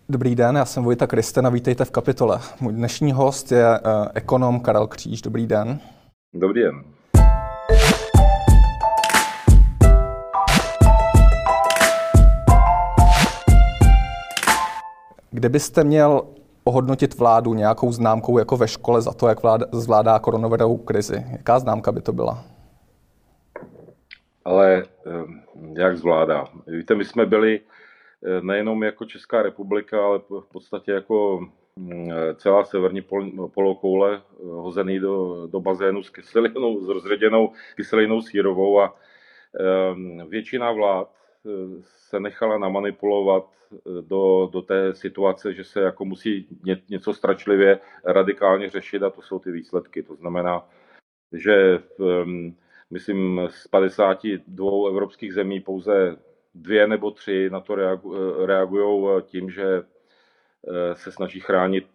Dobrý den, já jsem Vojta Kristen a vítejte v Kapitole. Můj dnešní host je ekonom Karel Kříž. Dobrý den. Dobrý den. Kdybyste měl ohodnotit vládu nějakou známkou jako ve škole za to, jak vláda zvládá koronavirovou krizi, jaká známka by to byla? Ale jak zvládá? Víte, my jsme byli nejenom jako Česká republika, ale v podstatě jako celá severní polokoule hozený do bazénu s kyselinou, s rozředěnou kyselinou sírovou a většina vlád se nechala namanipulovat do té situace, že se jako musí něco strašlivě radikálně řešit a to jsou ty výsledky. To znamená, že myslím z 52 evropských zemí pouze 2 nebo 3 na to reagují tím, že se snaží chránit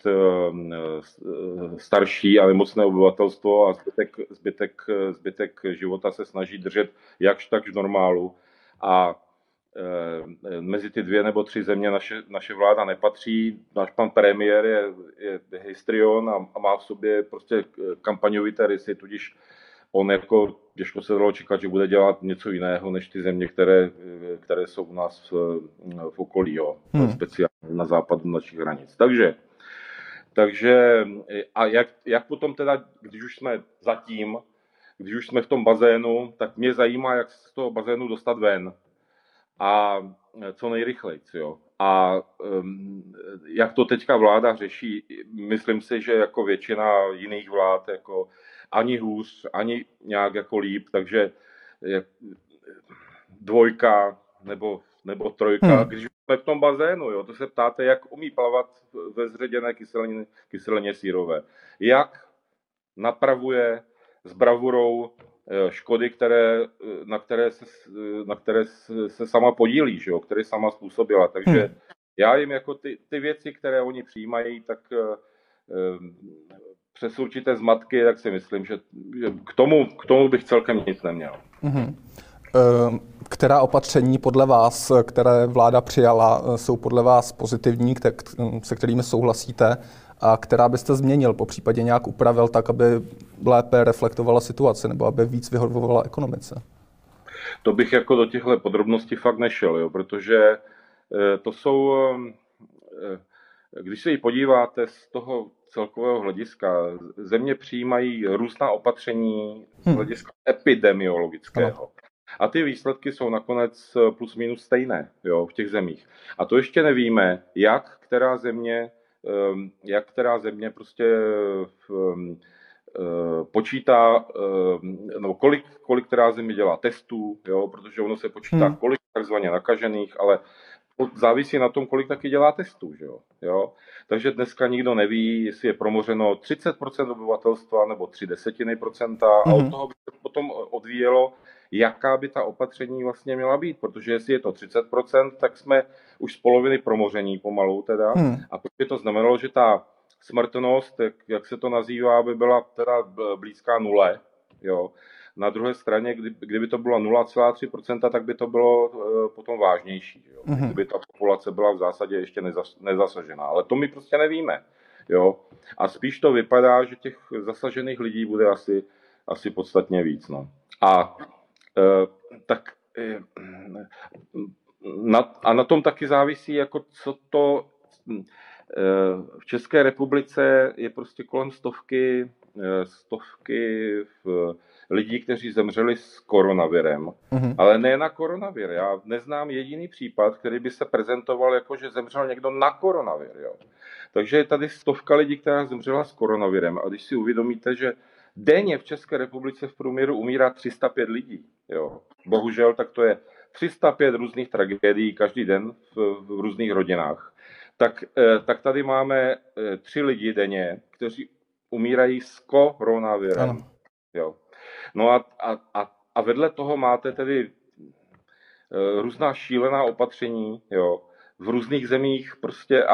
starší a nemocné obyvatelstvo a zbytek života se snaží držet jakž tak v normálu. A mezi ty 2 nebo 3 země naše vláda nepatří. Náš pan premiér je histrion a má v sobě prostě kampaňovité rysy, tudíž on jako těžko se dalo čekat, že bude dělat něco jiného než ty země, které jsou u nás v okolí, jo, speciálně na západu našich hranic. Takže a jak potom teda, když už jsme v tom bazénu, tak mě zajímá, jak z toho bazénu dostat ven a co nejrychleji, jo. A jak to teďka vláda řeší, myslím si, že jako většina jiných vlád, jako ani hůř, ani nějak jako líp, takže 2 nebo 3, když jsme v tom bazénu, jo, to se ptáte, jak umí plavat ve zředěné kyselině sírové. Jak napravuje s bravurou škody, na které se sama podílí, že jo, které sama způsobila. Takže já jim jako ty věci, které oni přijímají, tak přes určité zmatky, tak si myslím, že k tomu bych celkem nic neměl. Která opatření podle vás, které vláda přijala, jsou podle vás pozitivní, se kterými souhlasíte, a která byste změnil, popřípadě nějak upravil tak, aby lépe reflektovala situaci nebo aby víc vyhovovala ekonomice? To bych jako do těchto podrobností fakt nešel, jo, protože to jsou, když se jí podíváte z toho celkového hlediska, země přijímají různá opatření z hlediska epidemiologického. A ty výsledky jsou nakonec plus minus stejné, jo, v těch zemích. A to ještě nevíme, jak která země prostě počítá, no kolik která země dělá testů, jo, protože ono se počítá, kolik takzvaně nakažených, ale závisí na tom, kolik taky dělá testů, že jo. Takže dneska nikdo neví, jestli je promořeno 30% obyvatelstva nebo 0,3% a od toho by se potom odvíjelo, jaká by ta opatření vlastně měla být, protože jestli je to 30%, tak jsme už z poloviny promoření pomalu teda a protože to znamenalo, že ta smrtnost, jak se to nazývá, by byla teda blízká 0, jo. Na druhé straně, kdyby to bylo 0,3%, tak by to bylo potom vážnější. Jo? Kdyby ta populace byla v zásadě ještě nezasažená. Ale to my prostě nevíme. Jo? A spíš to vypadá, že těch zasažených lidí bude asi podstatně víc. No. A na tom taky závisí, jako co to v České republice je prostě kolem stovky lidí, kteří zemřeli s koronavirem, ale ne na koronavir. Já neznám jediný případ, který by se prezentoval jako, že zemřel někdo na koronavir. Jo. Takže je tady 100 lidí, která zemřela s koronavirem. A když si uvědomíte, že denně v České republice v průměru umírá 305 lidí, jo. Bohužel, tak to je 305 různých tragédií každý den v různých rodinách. Tak tady máme 3 lidi denně, kteří umírají s koronavirem. Jo. No a vedle toho máte tedy různá šílená opatření, jo, v různých zemích prostě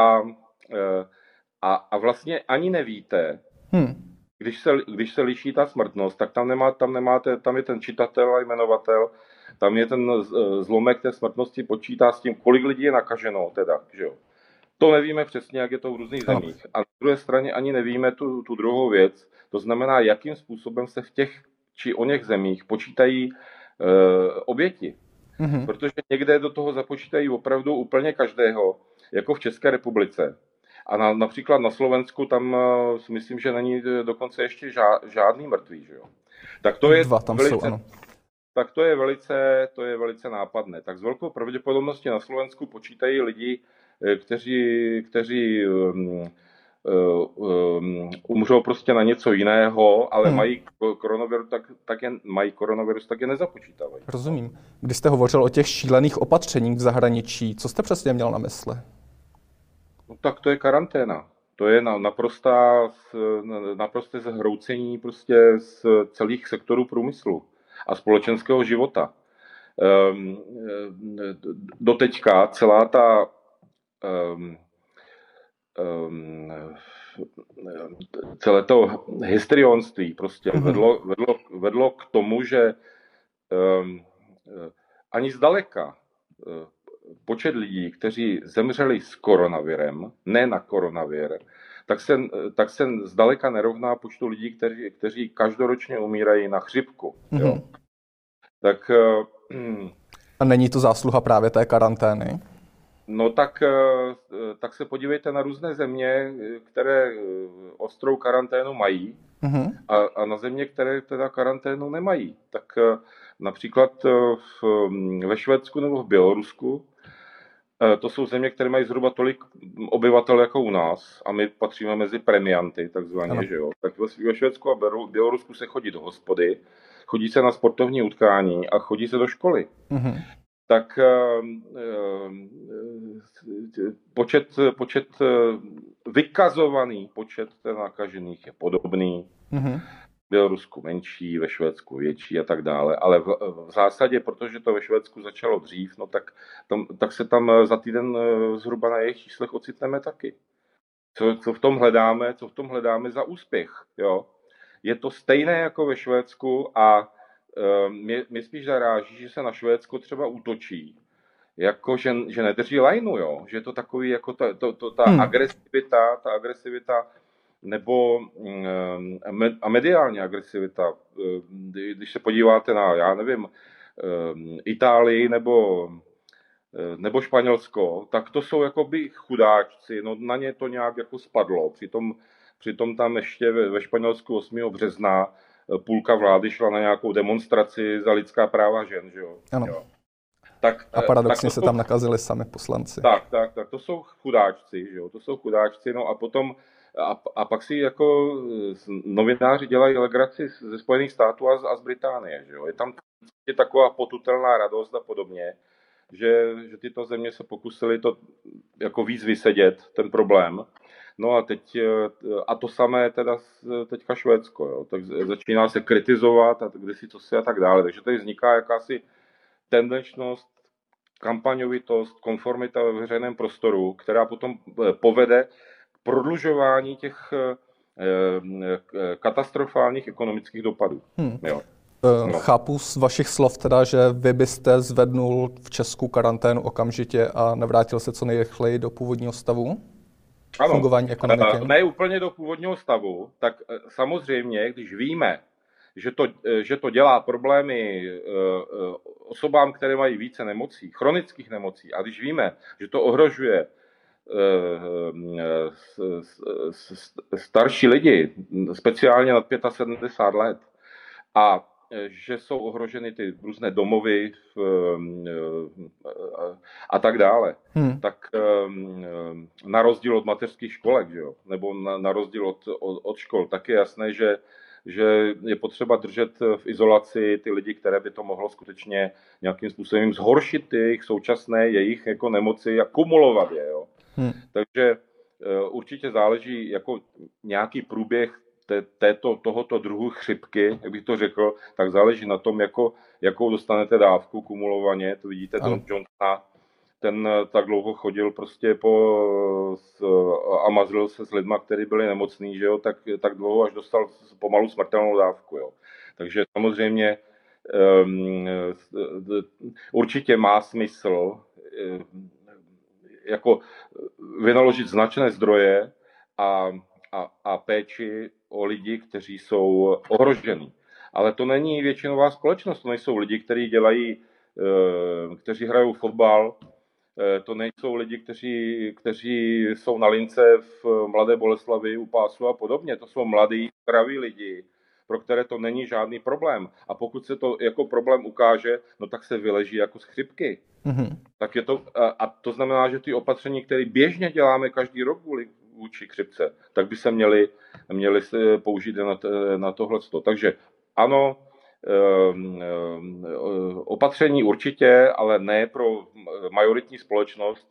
a vlastně ani nevíte, když se liší ta smrtnost, tak tam je ten čitatel a jmenovatel, tam je ten zlomek té smrtnosti počítá s tím, kolik lidí je nakaženo teda, že jo. To nevíme přesně, jak je to v různých zemích. A na druhé straně ani nevíme tu druhou věc, to znamená, jakým způsobem se v těch či oněch zemích počítají oběti. Protože někde do toho započítají opravdu úplně každého, jako v České republice. A například na Slovensku tam myslím, že není dokonce ještě žádný mrtvý. Že jo? Tak to je Dva tam velice, jsou, ano. Tak to je velice nápadné. Tak s velkou pravděpodobností na Slovensku počítají lidi, kteří umřou prostě na něco jiného, ale mají koronavirus, tak je nezapočítávají. Rozumím. Když jste hovořil o těch šílených opatřeních v zahraničí, co jste přesně měl na mysli? No, tak to je karanténa. To je naprosté zhroucení prostě z celých sektorů průmyslu a společenského života. Doteďka celá ta celé to histrionství prostě vedlo k tomu, že ani zdaleka počet lidí, kteří zemřeli s koronavirem, ne na koronavir, tak se zdaleka nerovná počtu lidí, kteří každoročně umírají na chřipku. Jo. Tak, a není to zásluha právě té karantény? No tak se podívejte na různé země, které ostrou karanténu mají a na země, které teda karanténu nemají. Tak například ve Švédsku nebo v Bělorusku, to jsou země, které mají zhruba tolik obyvatel jako u nás a my patříme mezi premianty, takzvaně, že jo. Tak ve Švédsku a Bělorusku se chodí do hospody, chodí se na sportovní utkání a chodí se do školy. Tak vykazovaný počet nakažených je podobný. V Bělorusku menší, ve Švédsku větší a tak dále. Ale v zásadě, protože to ve Švédsku začalo dřív, no tak se tam za týden zhruba na jejich číslech ocitneme taky. Co v tom hledáme za úspěch. Jo? Je to stejné jako ve Švédsku a mě spíš zaráží, že se na Švédsko třeba útočí, jako že nedrží lajnu, jo? Že je to takový, jako ta agresivita nebo a mediální agresivita. Když se podíváte na, já nevím, Itálii nebo Španělsko, tak to jsou jakoby chudáčci, no na ně to nějak jako spadlo. Přitom tam ještě ve Španělsku 8. března půlka vlády šla na nějakou demonstraci za lidská práva žen, že jo? Ano. Jo. A paradoxně se tam nakazili sami poslanci. Tak, to jsou chudáčci, že jo? To jsou chudáčci, no a potom a pak si jako novináři dělají legraci ze Spojených států a z Británie, že jo? Je tam taková potutelná radost a podobně, že tyto země se pokusily to jako víc vysedět, ten problém. No a to samé teda teďka Švédsko, jo. Tak začíná se kritizovat a kdysi co si a tak dále. Takže tady vzniká jakási tendenčnost, kampaňovitost, konformita ve veřejném prostoru, která potom povede k prodlužování těch katastrofálních ekonomických dopadů. Jo. No. Chápu z vašich slov teda, že vy byste zvednul v Česku karanténu okamžitě a navrátil se co nejrychleji do původního stavu? Ano, fungování ekonomiky? Ne úplně do původního stavu, tak samozřejmě, když víme, že to dělá problémy osobám, které mají více nemocí, chronických nemocí, a když víme, že to ohrožuje starší lidi, speciálně nad 75 let, a že jsou ohroženy ty různé domovy a tak dále. Tak na rozdíl od mateřských školek, že jo? Nebo na rozdíl od škol, tak je jasné, že je potřeba držet v izolaci ty lidi, které by to mohlo skutečně nějakým způsobem zhoršit jejich současné jako nemoci a kumulovat je. Jo? Takže určitě záleží jako nějaký průběh tohoto druhu chřipky, jak bych to řekl, tak záleží na tom, jakou dostanete dávku kumulovaně. To vidíte, Don Johnsona, ten tak dlouho chodil prostě a mazlil se s lidma, kteří byli nemocní, že jo, tak dlouho, až dostal pomalu smrtelnou dávku. Jo. Takže samozřejmě určitě má smysl jako vynaložit značné zdroje a péči o lidi, kteří jsou ohroženi. Ale to není většinová společnost, to nejsou lidi, kteří hrajou fotbal, to nejsou lidi, kteří jsou na lince v Mladé Boleslavi u pásu a podobně. To jsou mladí, zdraví lidi, pro které to není žádný problém. A pokud se to jako problém ukáže, no tak se vyleží jako z chřipky. Mm-hmm. Tak je to, a to znamená, že ty opatření, které běžně děláme každý rok vůči chřipce, tak by se měly použít na tohleto. Takže ano, opatření určitě, ale ne pro majoritní společnost,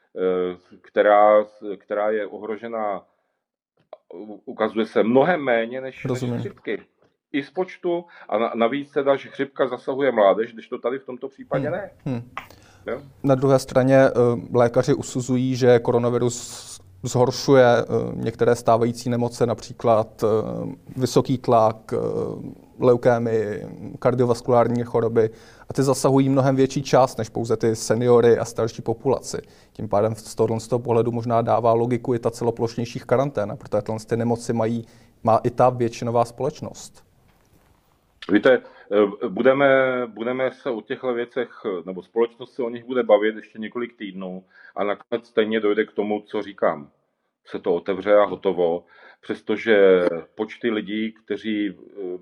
která je ohrožená, ukazuje se mnohem méně než chřipky. I z počtu a navíc teda, že chřipka zasahuje mládež, když to tady v tomto případě ne. Jo? Na druhé straně lékaři usuzují, že koronavirus zhoršuje některé stávající nemoce, například vysoký tlak, leukémii, kardiovaskulární choroby, a ty zasahují mnohem větší část než pouze ty seniory a starší populaci. Tím pádem z toho pohledu možná dává logiku i ta celoplošnějších karantén, protože ty nemoci má i ta většinová společnost. Víte, budeme se o těchto věcech, nebo společnost se o nich bude bavit ještě několik týdnů a nakonec stejně dojde k tomu, co říkám. Se to otevře a hotovo, přestože počty lidí, kteří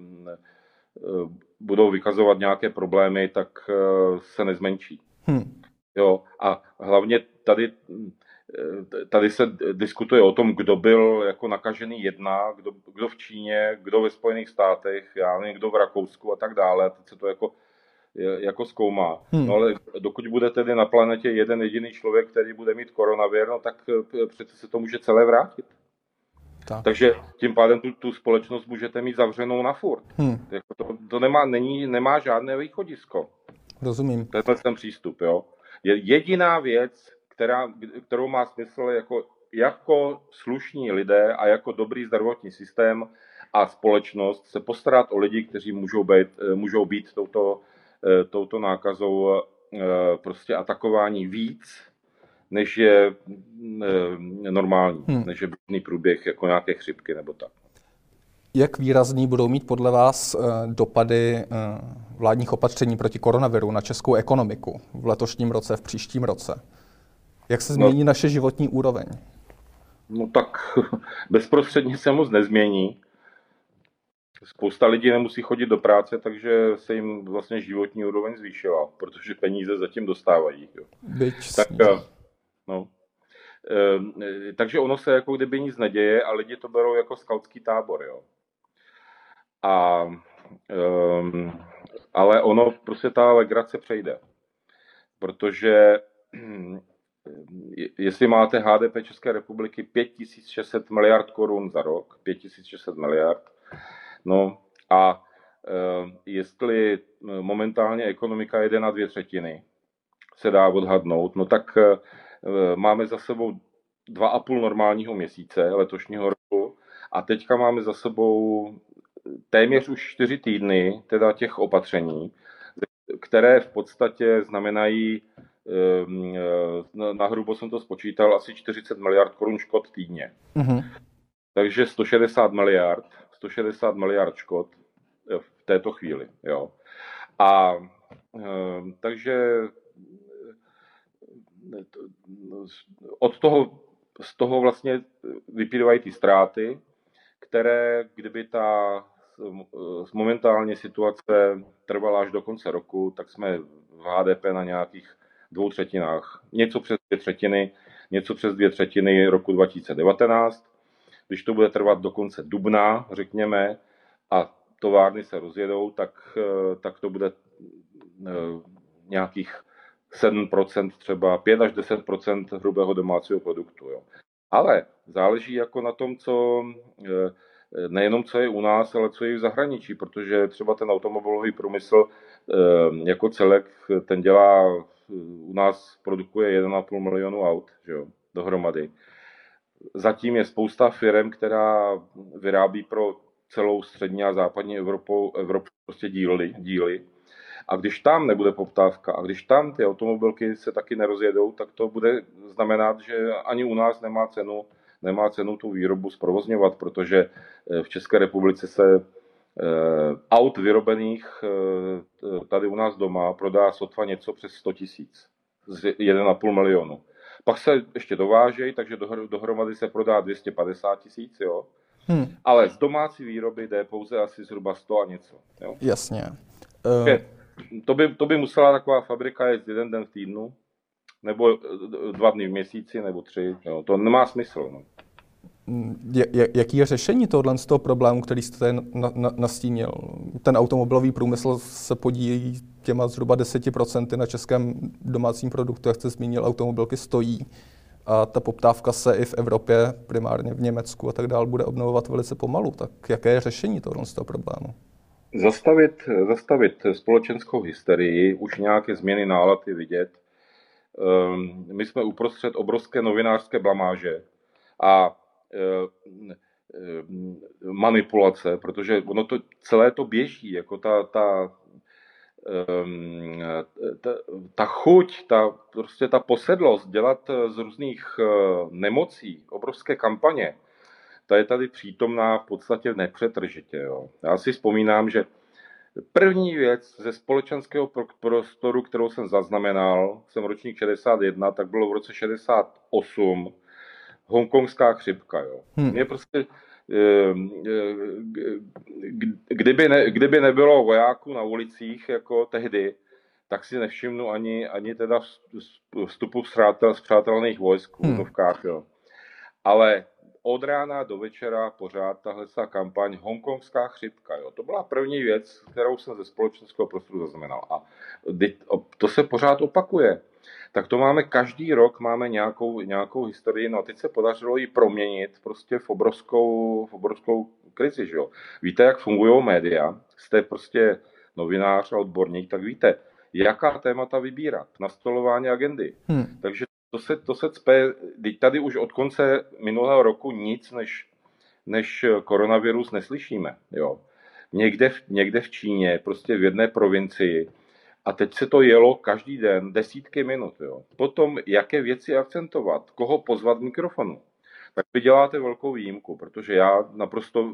budou vykazovat nějaké problémy, tak se nezmenší. Jo, a hlavně tady se diskutuje o tom, kdo byl jako nakažený kdo v Číně, kdo ve Spojených státech, já nevím, kdo v Rakousku a tak dále. Teď se to jako zkoumá. No ale dokud bude tedy na planetě jeden jediný člověk, který bude mít koronavir, no tak přece se to může celé vrátit. Tak. Takže tím pádem tu společnost můžete mít zavřenou na furt. To nemá žádné východisko. Rozumím. To je ten přístup, jo. Je jediná věc, kterou má smysl jako slušní lidé a jako dobrý zdravotní systém a společnost se postarat o lidi, kteří můžou být touto nákazou prostě atakování víc, než je normální, než je běžný průběh jako nějaké chřipky nebo tak. Jak výrazný budou mít podle vás dopady vládních opatření proti koronaviru na českou ekonomiku v letošním roce, v příštím roce? Jak se změní naše životní úroveň? No tak bezprostředně se moc nezmění. Spousta lidí nemusí chodit do práce, takže se jim vlastně životní úroveň zvýšila, protože peníze zatím dostávají. Jo. Takže ono se jako kdyby nic neděje a lidi to berou jako skautský tábor. Jo. Ale ono prostě ta legrace přejde, protože jestli máte HDP České republiky 5600 miliard korun za rok, 5600 miliard, no a jestli momentálně ekonomika jede na 2/3, se dá odhadnout, no tak máme za sebou 2,5 normálního měsíce letošního roku a teďka máme za sebou téměř už 4 týdny, teda těch opatření, které v podstatě znamenají, na hrubo jsem to spočítal, asi 40 miliard korun škod týdně. Mm-hmm. Takže 160 miliard škod v této chvíli. Jo. A takže z toho vlastně vyplývají ty ztráty, které, kdyby ta momentálně situace trvala až do konce roku, tak jsme v HDP na nějakých 2/3, něco přes 2/3, něco přes 2/3 roku 2019. Když to bude trvat do konce dubna, řekněme, a továrny se rozjedou, tak to bude nějakých 7%, třeba 5 až 10% hrubého domácího produktu. Jo. Ale záleží jako na tom, nejenom co je u nás, ale co je v zahraničí, protože třeba ten automobilový průmysl jako celek, ten dělá, u nás produkuje 1,5 milionu aut, že jo, dohromady. Zatím je spousta firem, která vyrábí pro celou střední a západní Evropu prostě díly. A když tam nebude poptávka a když tam ty automobilky se taky nerozjedou, tak to bude znamenat, že ani u nás nemá cenu tu výrobu zprovozňovat, protože v České republice se aut vyrobených tady u nás doma prodá sotva něco přes 100 000 z 1,5 milionu. Pak se ještě dovážejí, takže dohromady se prodá 250 000, jo. Ale z domácí výroby jde pouze asi zhruba 100 a něco. Jo? Jasně. To by musela taková fabrika jet 1 den v týdnu, nebo 2 dny v měsíci, nebo 3. Jo? To nemá smysl. No. Jaký je řešení tohohle z toho problému, který jste tady nastínil? Ten automobilový průmysl se podílí těma zhruba 10% na českém domácím produktu, jak jste zmínil, automobilky stojí. A ta poptávka se i v Evropě, primárně v Německu a tak dále, bude obnovovat velice pomalu. Tak jaké je řešení tohohle z toho problému? Zastavit společenskou hysterii, už nějaké změny nálad je vidět. My jsme uprostřed obrovské novinářské blamáže a manipulace, protože ono to celé to běží, jako ta chuť, prostě ta posedlost dělat z různých nemocí obrovské kampaně, ta je tady přítomná v podstatě nepřetržitě. Jo. Já si vzpomínám, že první věc ze společenského prostoru, kterou jsem zaznamenal, jsem ročník 61, tak bylo v roce 68 hongkongská chřipka. Jo. Mě prostě, kdyby nebylo vojáků na ulicích jako tehdy, tak si nevšimnu ani teda vstupu spřátelených vojsk v úzovkách. Jo. Ale od rána do večera pořád tahle kampaň hongkongská chřipka. Jo. To byla první věc, kterou jsem ze společenského prostoru zaznamenal. A to se pořád opakuje. Tak to máme každý rok, máme nějakou historii, no a teď se podařilo ji proměnit prostě v obrovskou krizi, že jo. Víte, jak fungují média, jste prostě novinář a odborník, tak víte, jaká témata vybírat, nastolování agendy. Takže to se cpe, tady už od konce minulého roku nic než koronavirus neslyšíme, jo. Někde v Číně, prostě v jedné provincii, a teď se to jelo každý den, desítky minut. Jo. Potom, jaké věci akcentovat, koho pozvat k mikrofonu. Tak vy děláte velkou výjimku, protože já naprosto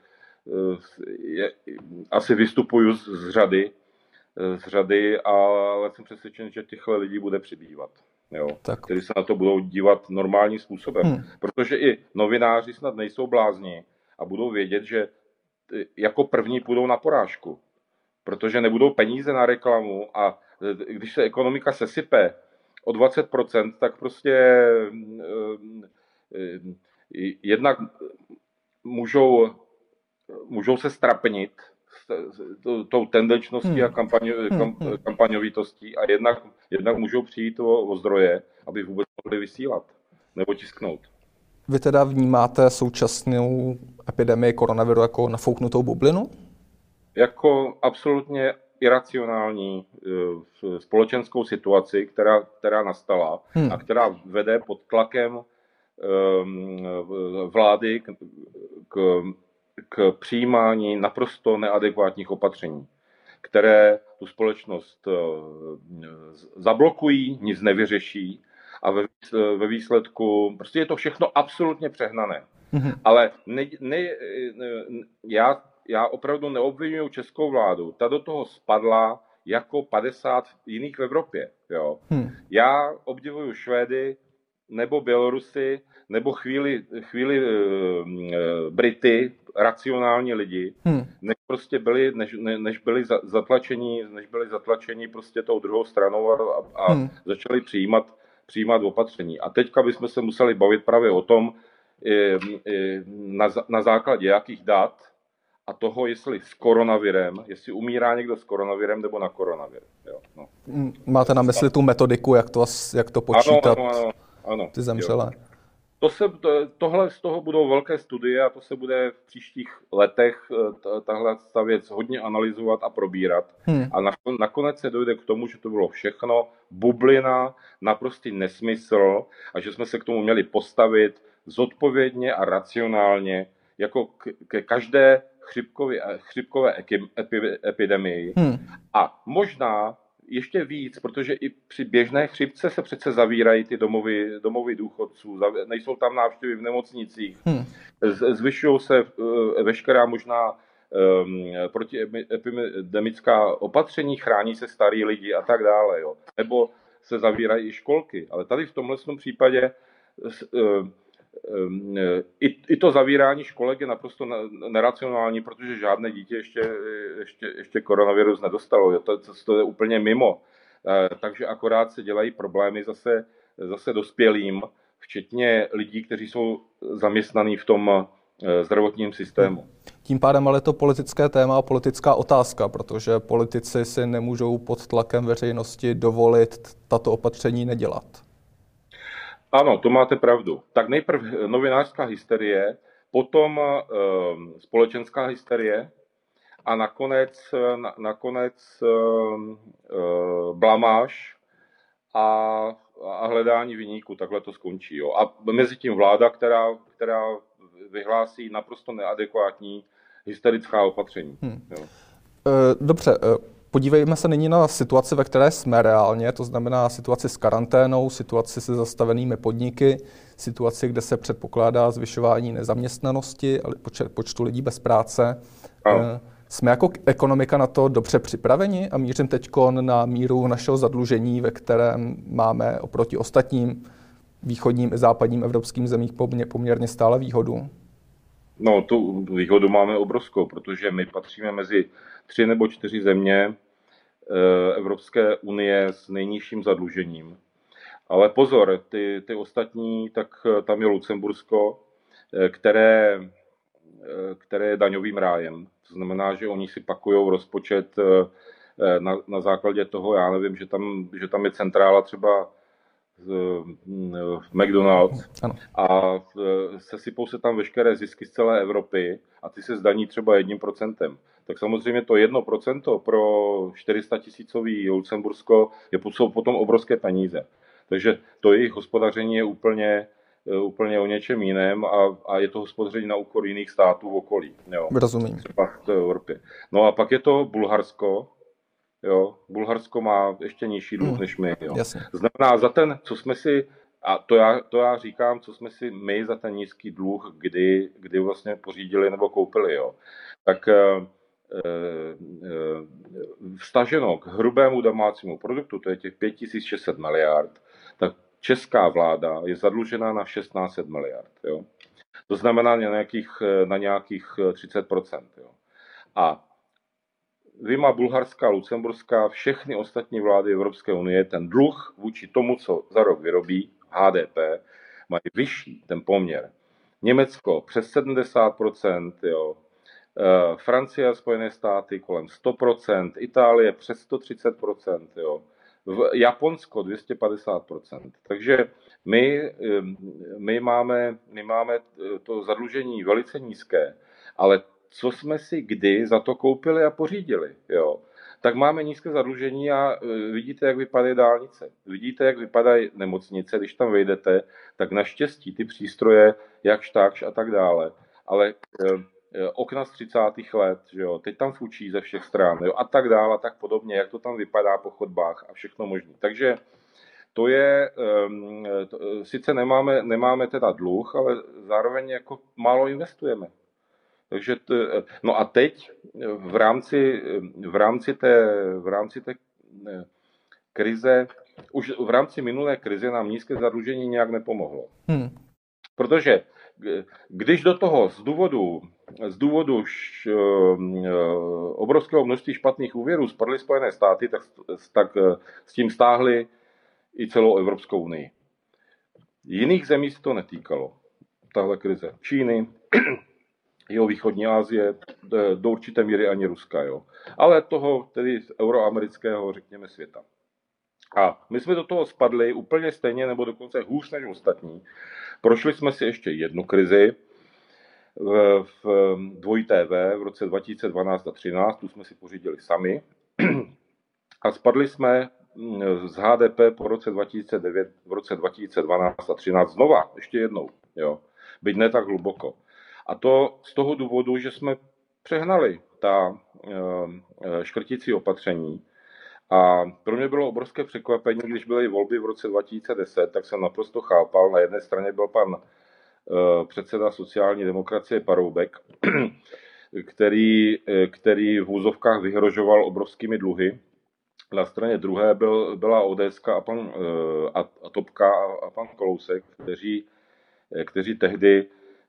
asi vystupuju z řady, ale jsem přesvědčen, že těchto lidí bude přibývat. Jo, kteří se na to budou dívat normálním způsobem. Protože i novináři snad nejsou blázni a budou vědět, že jako první půjdou na porážku. Protože nebudou peníze na reklamu a když se ekonomika sesype o 20%, tak prostě jednak můžou se strapnit tou tendenčností a kampaňovitostí a jednak můžou přijít o zdroje, aby vůbec mohli vysílat nebo tisknout. Vy teda vnímáte současnou epidemii koronaviru jako nafouknutou bublinu? Jako absolutně iracionální společenskou situaci, která nastala a která vede pod tlakem vlády k přijímání naprosto neadekvátních opatření, které tu společnost zablokují, nic nevyřeší a ve výsledku prostě je to všechno absolutně přehnané. Ale já opravdu neobvinuju českou vládu. Ta do toho spadla jako 50 jiných v Evropě. Jo. Já obdivuju Švédy nebo Bělorusy nebo chvíli Brity, racionální lidi, než byli zatlačeni prostě tou druhou stranou a začali přijímat opatření. A teďka bychom se museli bavit právě o tom, na základě jakých dat a toho, jestli s koronavirem, jestli umírá někdo s koronavirem nebo na koronavir. Jo, no. Máte na mysli tu metodiku, jak to počítat, ano, ty zemřelé? Tohle z toho budou velké studie a to se bude v příštích letech tahle věc hodně analyzovat a probírat. A nakonec se dojde k tomu, že to bylo všechno bublina, naprostý nesmysl a že jsme se k tomu měli postavit zodpovědně a racionálně, jako ke každé chřipkové epidemii. A možná ještě víc, protože i při běžné chřipce se přece zavírají ty domovy důchodců, nejsou tam návštěvy v nemocnicích, zvyšují se veškerá možná protiepidemická opatření, chrání se starý lidi a tak dále. Jo. Nebo se zavírají i školky. Ale tady v tomhle případě i to zavírání školek je naprosto neracionální, protože žádné dítě ještě koronavirus nedostalo. Jo. To je úplně mimo. Takže akorát se dělají problémy zase dospělým, včetně lidí, kteří jsou zaměstnaní v tom zdravotním systému. Tím pádem ale je to politické téma a politická otázka, protože politici si nemůžou pod tlakem veřejnosti dovolit tato opatření nedělat. Ano, to máte pravdu. Tak nejprve novinářská hysterie, potom společenská hysterie a nakonec blamáž a hledání viníků. Takhle to skončí. Jo. A mezi tím vláda, která vyhlásí naprosto neadekvátní hysterická opatření. Jo. Dobře, podívejme se nyní na situaci, ve které jsme reálně, to znamená situaci s karanténou, situaci se zastavenými podniky, situaci, kde se předpokládá zvyšování nezaměstnanosti, počtu lidí bez práce. Jsme jako ekonomika na to dobře připraveni a mířím teď na míru našeho zadlužení, ve kterém máme oproti ostatním východním i západním evropským zemích poměrně stále výhodu? No, tu výhodu máme obrovskou, protože my patříme mezi 3 nebo 4 země Evropské unie s nejnižším zadlužením. Ale pozor, ty ostatní, tak tam je Lucembursko, které je daňovým rájem. To znamená, že oni si pakují rozpočet na základě toho, já nevím, že tam je centrála třeba v McDonald's a sesypou se tam veškeré zisky z celé Evropy a ty se zdaní třeba 1%. Tak samozřejmě to 1% pro 400 000 Lucembursko jsou potom obrovské peníze. Takže to jejich hospodaření je úplně o něčem jiném a je to hospodaření na úkor jiných států v okolí. Jo. Rozumím. Třeba v Evropě. No a pak je to Bulharsko. Jo. Bulharsko má ještě nižší dluh než my. Jo. Znamená za ten, co jsme si, a to já říkám, co jsme si my za ten nízký dluh, kdy vlastně pořídili nebo koupili. Jo. Tak vztaženo k hrubému domácímu produktu, to je těch 5600 miliard, tak česká vláda je zadlužená na 1600 miliard. Jo. To znamená na nějakých 30%. Jo. A vyjma Bulharská, Lucemburská, všechny ostatní vlády Evropské unie ten dluh vůči tomu, co za rok vyrobí, HDP, mají vyšší ten poměr. Německo přes 70%, jo. Francie a Spojené státy kolem 100%, Itálie přes 130%, jo. Japonsko 250%. Takže my máme to zadlužení velice nízké, ale co jsme si kdy za to koupili a pořídili, jo, tak máme nízké zadlužení a vidíte, jak vypadají dálnice. Vidíte, jak vypadají nemocnice, když tam vejdete, tak naštěstí ty přístroje, jakž takž a tak dále. Ale okna z 30. let, že jo, teď tam fučí ze všech stran, jo, a tak dále, a tak podobně, jak to tam vypadá po chodbách a všechno možné. Takže to je, sice nemáme teda dluh, ale zároveň jako málo investujeme. Takže no a teď v rámci té krize, už v rámci minulé krize nám nízké zadlužení nějak nepomohlo. Protože když do toho z důvodu obrovského množství špatných úvěrů spadly Spojené státy, tak s tím stáhly i celou Evropskou unii. Jiných zemí se to netýkalo, tahle krize. Číny, jihovýchodní Asie, do určité míry ani Ruska, jo. Ale toho tedy euroamerického, řekněme, světa. A my jsme do toho spadli úplně stejně, nebo dokonce hůř než ostatní. Prošli jsme si ještě jednu krizi v dvojité V v roce 2012 a 2013, tu jsme si pořídili sami. A spadli jsme z HDP po roce 2009 v roce 2012 a 2013 znova, ještě jednou, jo. Byť ne tak hluboko. A to z toho důvodu, že jsme přehnali ta škrtící opatření. A pro mě bylo obrovské překvapení, když byly volby v roce 2010, tak jsem naprosto chápal. Na jedné straně byl pan předseda sociální demokracie Paroubek, který v úzovkách vyhrožoval obrovskými dluhy. Na straně druhé byla ODS a Topka a pan Kalousek, kteří tehdy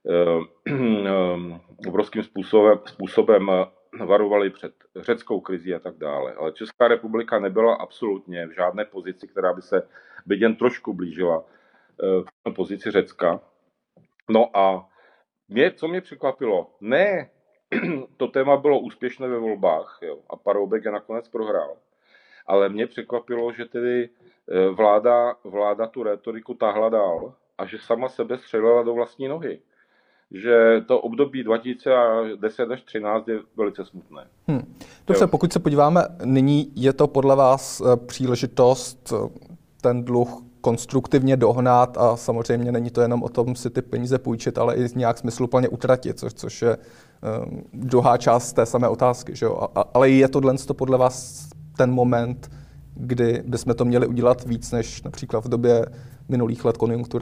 obrovským způsobem varovali před řeckou krizí a tak dále. Ale Česká republika nebyla absolutně v žádné pozici, která by se byť jen trošku blížila k pozici Řecka. No a co mě překvapilo, ne, to téma bylo úspěšné ve volbách, jo, a Paroubek je nakonec prohrál, ale mě překvapilo, že tedy vláda tu rétoriku táhla dál a že sama sebe střelila do vlastní nohy. Že to období 2010 až 2013 je velice smutné. Dobře, pokud se podíváme, nyní je to podle vás příležitost ten dluh konstruktivně dohnat a samozřejmě není to jenom o tom si ty peníze půjčit, ale i nějak smysluplně utratit, což je druhá část té samé otázky. Že jo? Ale je tohle podle vás ten moment, kdy bychom to měli udělat víc než například v době minulých let konjunktury?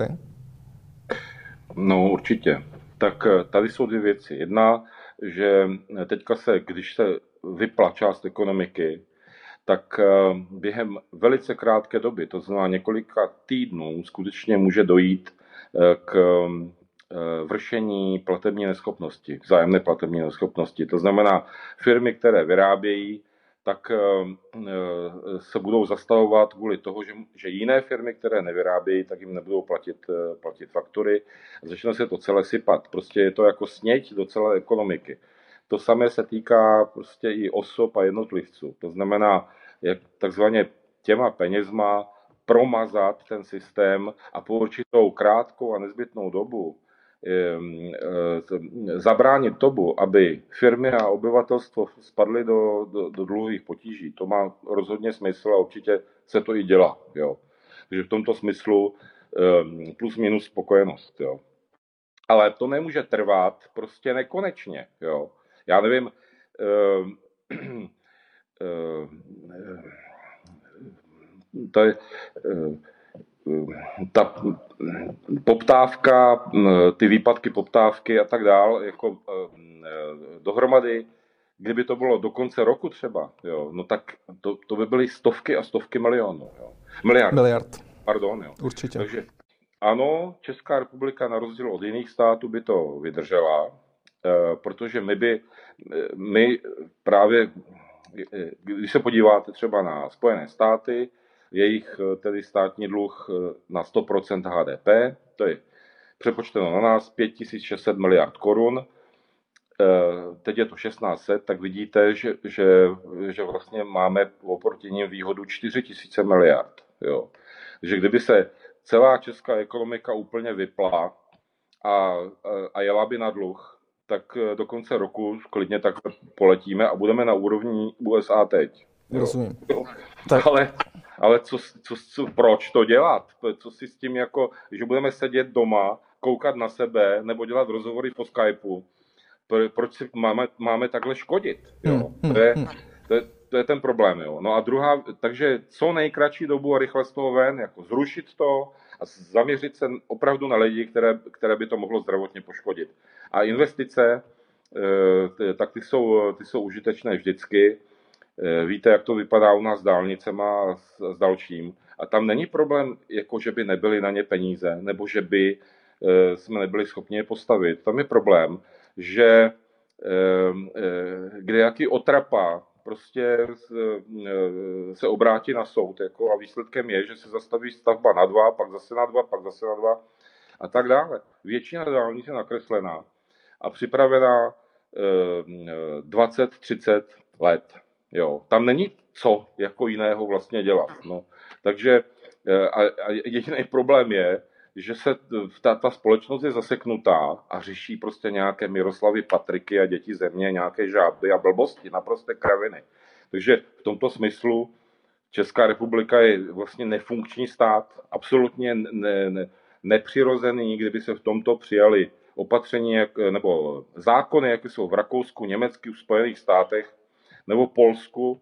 No určitě. Tak tady jsou dvě věci. Jedna, že teďka když se vypla část ekonomiky, tak během velice krátké doby, to znamená několika týdnů, skutečně může dojít k vršení platební neschopnosti, vzájemné platební neschopnosti. To znamená, firmy, které vyrábějí, tak se budou zastavovat kvůli toho, že jiné firmy, které nevyrábějí, tak jim nebudou platit faktury. Začne se to celé sypat. Prostě je to jako sněť do celé ekonomiky. To samé se týká prostě i osob a jednotlivců. To znamená, jak takzvaně těma penězma promazat ten systém a po určitou krátkou a nezbytnou dobu zabránit tomu, aby firmy a obyvatelstvo spadly do dluhových potíží. To má rozhodně smysl a určitě se to i dělá. Jo. Takže v tomto smyslu plus minus spokojenost. Jo. Ale to nemůže trvat prostě nekonečně. Jo. Já nevím, to je ta poptávka, ty výpadky poptávky a tak dál, jako dohromady, kdyby to bylo do konce roku třeba, jo, no tak to by byly stovky a stovky milionů. Jo. Miliard. Pardon, jo. Určitě. Takže ano, Česká republika na rozdíl od jiných států by to vydržela, protože my právě, když se podíváte třeba na Spojené státy, jejich tedy státní dluh na 100% HDP, to je přepočteno na nás 5600 miliard korun, teď je to 1600, tak vidíte, že vlastně máme oproti nim výhodu 4000 miliard. Jo. Že kdyby se celá česká ekonomika úplně vypla a jela by na dluh, tak do konce roku klidně tak poletíme a budeme na úrovni USA teď. Rozumím. Tak. Ale proč to dělat? Co si s tím jako, že budeme sedět doma, koukat na sebe nebo dělat rozhovory po Skypeu? Proč si máme takhle škodit? Jo? To je ten problém. Jo? No a takže co nejkratší dobu a rychle z toho ven, jako zrušit to a zaměřit se opravdu na lidi, které by to mohlo zdravotně poškodit. A investice, tak ty jsou užitečné vždycky. Víte, jak to vypadá u nás s dálnicema a s dalším. A tam není problém, jako že by nebyly na ně peníze, nebo že by jsme nebyli schopni je postavit. Tam je problém, že kde jaký otrapa prostě se obrátí na soud, jako, a výsledkem je, že se zastaví stavba na 2, pak zase na 2, pak zase na 2 a tak dále. Většina dálnic je nakreslená a připravená 20-30 let. Jo. Tam není co jako jiného vlastně dělat. No. Takže a jediný problém je, že se ta společnost je zaseknutá a řeší prostě nějaké Miroslavy Patriky a děti země, nějaké žáby a blbosti, naprosté kraviny. Takže v tomto smyslu Česká republika je vlastně nefunkční stát, absolutně nepřirozený, kdyby se v tomto přijali opatření nebo zákony, jaké jsou v Rakousku, Německu, v Spojených státech nebo Polsku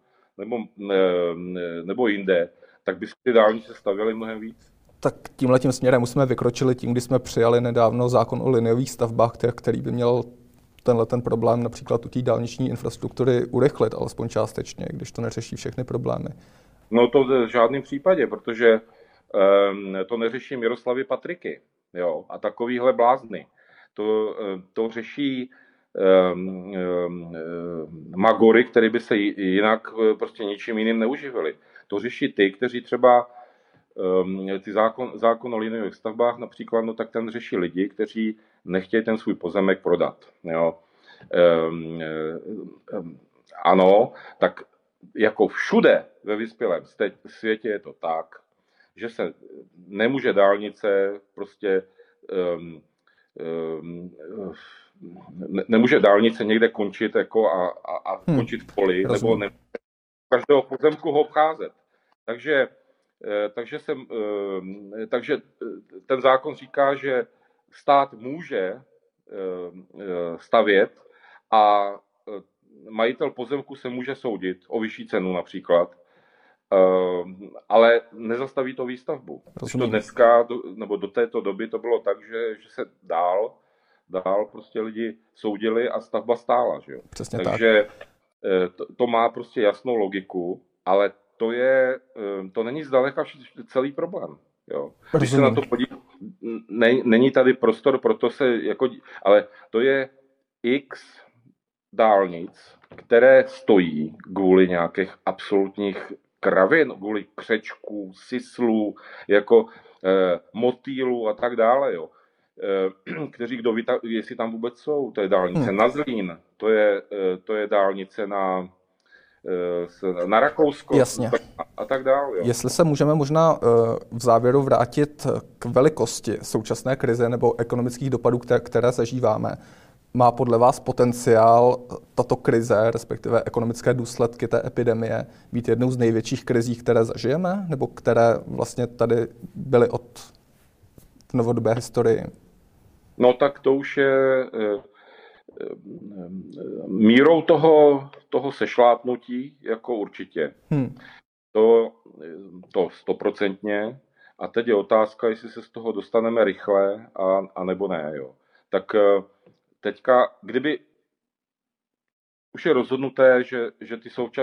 nebo jinde, tak by se ty dálnice stavěly mnohem víc. Tak tímhletím směrem jsme vykročili tím, když jsme přijali nedávno zákon o liniových stavbách, který by měl ten problém například u té dálniční infrastruktury urychlit, alespoň částečně, když to neřeší všechny problémy. No to v žádném případě, protože to neřeší Miroslavy Patriky, jo, a takovýhle blázny. To řeší magory, který by se jinak prostě ničím jiným neuživili. To řeší ty, kteří třeba ty zákon o liniových stavbách například, no tak ten řeší lidi, kteří nechtějí ten svůj pozemek prodat. Jo. Ano, tak jako všude ve vyspělém světě je to tak, že se nemůže dálnice prostě nemůže dálnice někde končit jako a končit v poli, nebo ne, každého pozemku ho obcházet. Takže ten zákon říká, že stát může stavět a majitel pozemku se může soudit o vyšší cenu například, ale nezastaví to výstavbu. To dneska, nebo do této doby to bylo tak, že se dál prostě lidi soudili a stavba stála. Že jo? Takže to má prostě jasnou logiku, ale to není zdaleka celý problém. Jo. Když se na to podívá, není tady prostor, proto se jako, ale to je x dálnic, které stojí kvůli nějakých absolutních kravin, kvůli křečků, sislů, jako motýlů a tak dále, jo. Kteří kdo ví, jestli tam vůbec jsou. To je dálnice na Zlín, to je dálnice na Rakousko. Jasně. A tak dále. Jo. Jestli se můžeme možná v závěru vrátit k velikosti současné krize nebo ekonomických dopadů, které zažíváme. Má podle vás potenciál tato krize, respektive ekonomické důsledky té epidemie, být jednou z největších krizí, které zažijeme, nebo které vlastně tady byly v novodobé historii? No tak to už je mírou toho sešlápnutí, jako určitě. To 100%. A teď je otázka, jestli se z toho dostaneme rychle, a nebo ne. Jo. Tak teďka, kdyby už je rozhodnuté, že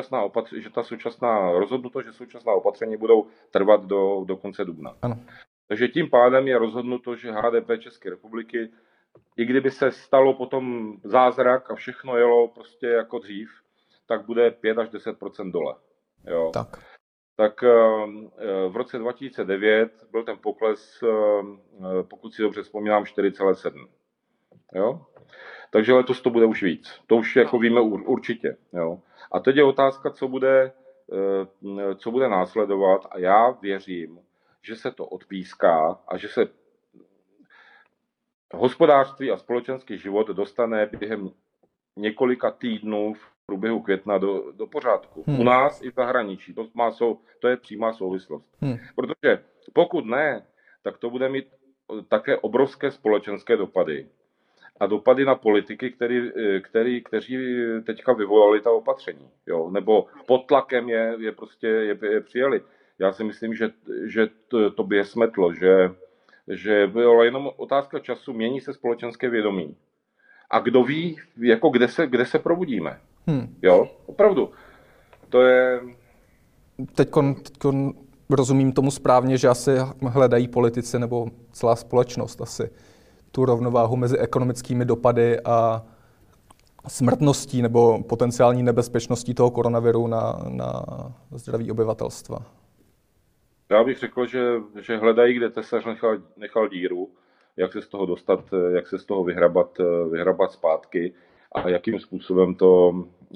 současná opatření budou trvat do konce dubna. Ano. Takže tím pádem je rozhodnuto, že HDP České republiky, i kdyby se stalo potom zázrak a všechno jelo prostě jako dřív, tak bude 5 až 10% dole. Jo. Tak v roce 2009 byl ten pokles, pokud si dobře vzpomínám, 4,7. Jo? Takže letos to bude už víc. To už jako víme určitě. Jo? A teď je otázka, co bude následovat, a já věřím, že se to odpíská a že se hospodářství a společenský život dostane během několika týdnů v průběhu května do pořádku. U nás i v zahraničí. To je přímá souvislost. Protože pokud ne, tak to bude mít také obrovské společenské dopady. A dopady na politiky, kteří teďka vyvolali ta opatření. Jo? Nebo pod tlakem je přijali. Já si myslím, že to by je smetlo, že byla jenom otázka času, mění se společenské vědomí. A kdo ví, jako kde se probudíme. Jo, opravdu. To je... Teďkon rozumím tomu správně, že asi hledají politici nebo celá společnost asi tu rovnováhu mezi ekonomickými dopady a smrtností nebo potenciální nebezpečností toho koronaviru na zdraví obyvatelstva. Já bych řekl, že hledají, kde tesař nechal díru, jak se z toho dostat, jak se z toho vyhrabat zpátky a jakým způsobem to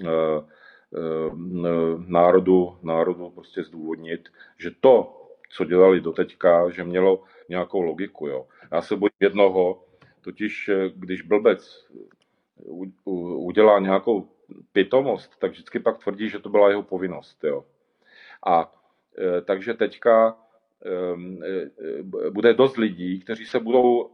národu prostě zdůvodnit, že to, co dělali doteďka, že mělo nějakou logiku. Jo. Já se bojím jednoho, totiž když blbec udělá nějakou pitomost, tak vždycky pak tvrdí, že to byla jeho povinnost. Jo. A takže teďka bude dost lidí, kteří se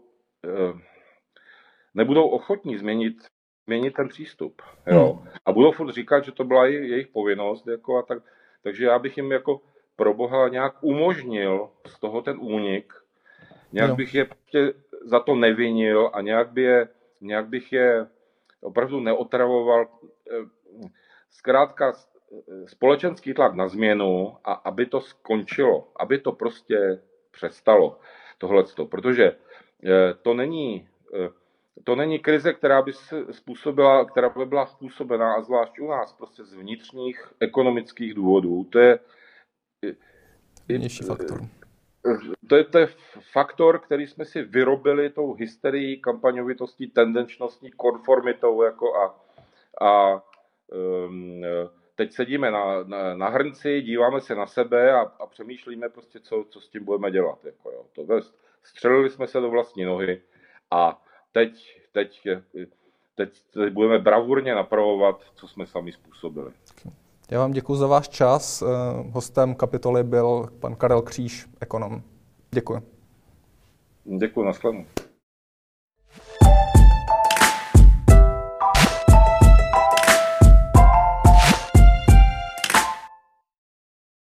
nebudou ochotní změnit ten přístup. Jo? A budou furt říkat, že to byla jejich povinnost. Jako a tak, takže já bych jim jako pro Boha nějak umožnil z toho ten únik, nějak bych je za to nevinil a nějak bych je opravdu neotravoval. Zkrátka společenský tlak na změnu a aby to skončilo, aby to prostě přestalo tohleto, protože to není krize, která by byla způsobená, a zvlášť u nás, prostě z vnitřních ekonomických důvodů. To je faktor. To je faktor, který jsme si vyrobili tou hysterií, kampaňovitostí, tendenčností, konformitou jako a teď sedíme na hrnci, díváme se na sebe a přemýšlíme prostě, co s tím budeme dělat. Jako, jo. Střelili jsme se do vlastní nohy a teď budeme bravurně napravovat, co jsme sami způsobili. Já vám děkuji za váš čas. Hostem kapitoly byl pan Karel Kříž, ekonom. Děkuji. Děkuji, nashledanou.